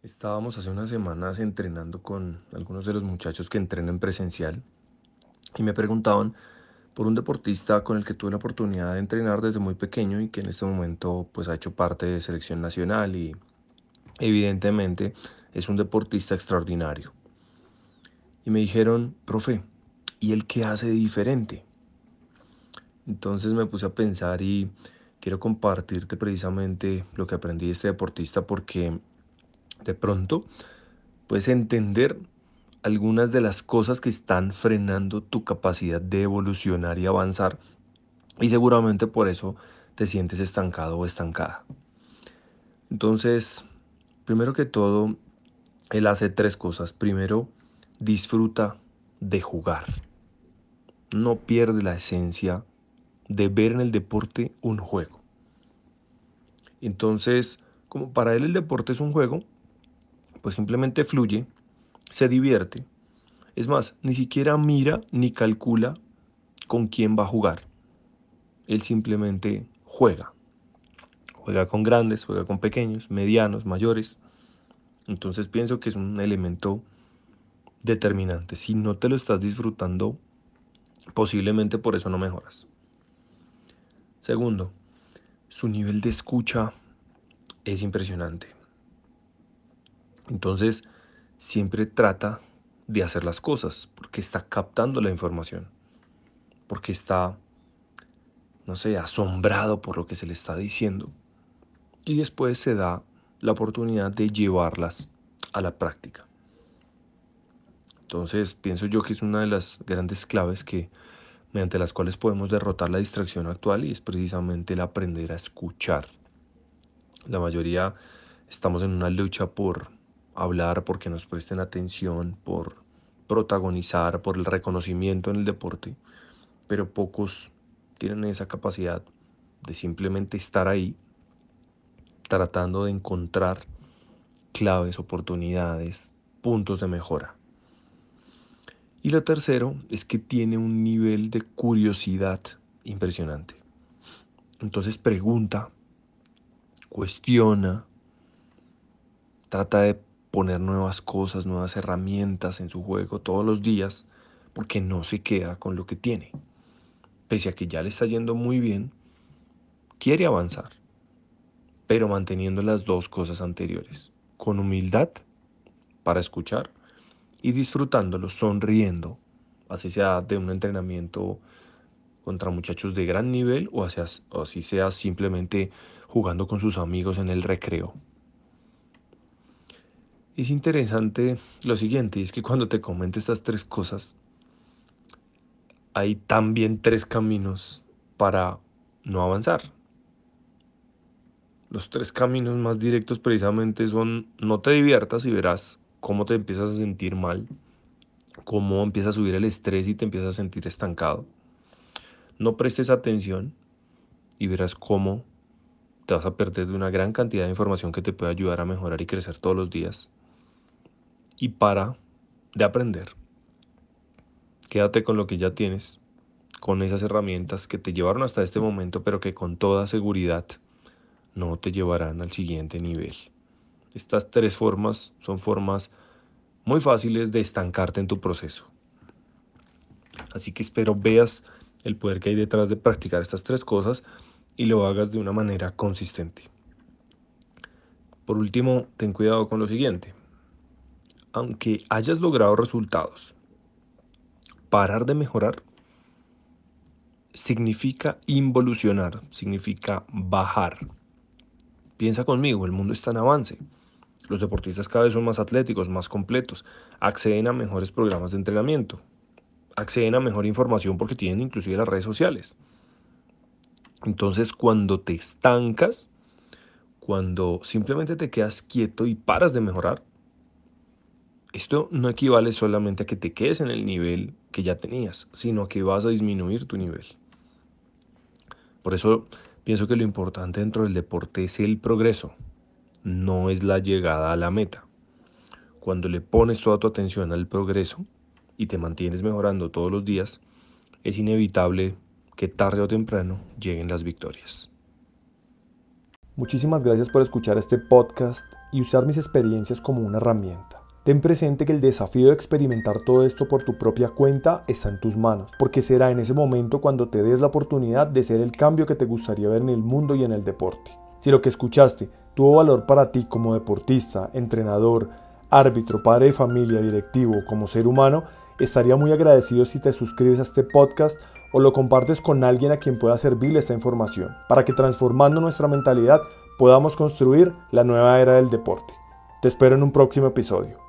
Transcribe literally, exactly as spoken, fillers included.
Estábamos hace unas semanas entrenando con algunos de los muchachos que entrenan presencial y me preguntaban por un deportista con el que tuve la oportunidad de entrenar desde muy pequeño y que en este momento pues ha hecho parte de selección nacional y evidentemente es un deportista extraordinario. Y me dijeron, profe, ¿y él qué hace de diferente? Entonces me puse a pensar y quiero compartirte precisamente lo que aprendí de este deportista porque de pronto puedes entender algunas de las cosas que están frenando tu capacidad de evolucionar y avanzar y seguramente por eso te sientes estancado o estancada. Entonces, primero que todo, él hace tres cosas. Primero, disfruta de jugar. No pierde la esencia de ver en el deporte un juego. Entonces, como para él el deporte es un juego, pues simplemente fluye, se divierte. Es más, ni siquiera mira ni calcula con quién va a jugar. Él simplemente juega. Juega con grandes, juega con pequeños, medianos, mayores. Entonces pienso que es un elemento determinante. Si no te lo estás disfrutando, posiblemente por eso no mejoras. Segundo, su nivel de escucha es impresionante. Entonces, siempre trata de hacer las cosas porque está captando la información, porque está, no sé, asombrado por lo que se le está diciendo y después se da la oportunidad de llevarlas a la práctica. Entonces, pienso yo que es una de las grandes claves que mediante las cuales podemos derrotar la distracción actual y es precisamente el aprender a escuchar. La mayoría estamos en una lucha por hablar, porque nos presten atención, por protagonizar, por el reconocimiento en el deporte, pero pocos tienen esa capacidad de simplemente estar ahí tratando de encontrar claves, oportunidades, puntos de mejora. Y lo tercero es que tiene un nivel de curiosidad impresionante. Entonces pregunta, cuestiona, trata de poner nuevas cosas, nuevas herramientas en su juego todos los días, porque no se queda con lo que tiene. Pese a que ya le está yendo muy bien, quiere avanzar, pero manteniendo las dos cosas anteriores, con humildad para escuchar y disfrutándolo, sonriendo, así sea de un entrenamiento contra muchachos de gran nivel o así, o así sea simplemente jugando con sus amigos en el recreo. Es interesante lo siguiente, es que cuando te comento estas tres cosas, hay también tres caminos para no avanzar. Los tres caminos más directos precisamente son no te diviertas y verás cómo te empiezas a sentir mal, cómo empieza a subir el estrés y te empiezas a sentir estancado. No prestes atención y verás cómo te vas a perder de una gran cantidad de información que te puede ayudar a mejorar y crecer todos los días. Y para de aprender, quédate con lo que ya tienes, con esas herramientas que te llevaron hasta este momento, pero que con toda seguridad no te llevarán al siguiente nivel. Estas tres formas son formas muy fáciles de estancarte en tu proceso. Así que espero veas el poder que hay detrás de practicar estas tres cosas y lo hagas de una manera consistente. Por último, ten cuidado con lo siguiente. Aunque hayas logrado resultados, parar de mejorar significa involucionar, significa bajar. Piensa conmigo, el mundo está en avance. Los deportistas cada vez son más atléticos, más completos, acceden a mejores programas de entrenamiento, acceden a mejor información porque tienen inclusive las redes sociales. Entonces, cuando te estancas, cuando simplemente te quedas quieto y paras de mejorar, esto no equivale solamente a que te quedes en el nivel que ya tenías, sino a que vas a disminuir tu nivel. Por eso pienso que lo importante dentro del deporte es el progreso, no es la llegada a la meta. Cuando le pones toda tu atención al progreso y te mantienes mejorando todos los días, es inevitable que tarde o temprano lleguen las victorias. Muchísimas gracias por escuchar este podcast y usar mis experiencias como una herramienta. Ten presente que el desafío de experimentar todo esto por tu propia cuenta está en tus manos, porque será en ese momento cuando te des la oportunidad de ser el cambio que te gustaría ver en el mundo y en el deporte. Si lo que escuchaste tuvo valor para ti como deportista, entrenador, árbitro, padre de familia, directivo, como ser humano, estaría muy agradecido si te suscribes a este podcast o lo compartes con alguien a quien pueda servirle esta información, para que transformando nuestra mentalidad podamos construir la nueva era del deporte. Te espero en un próximo episodio.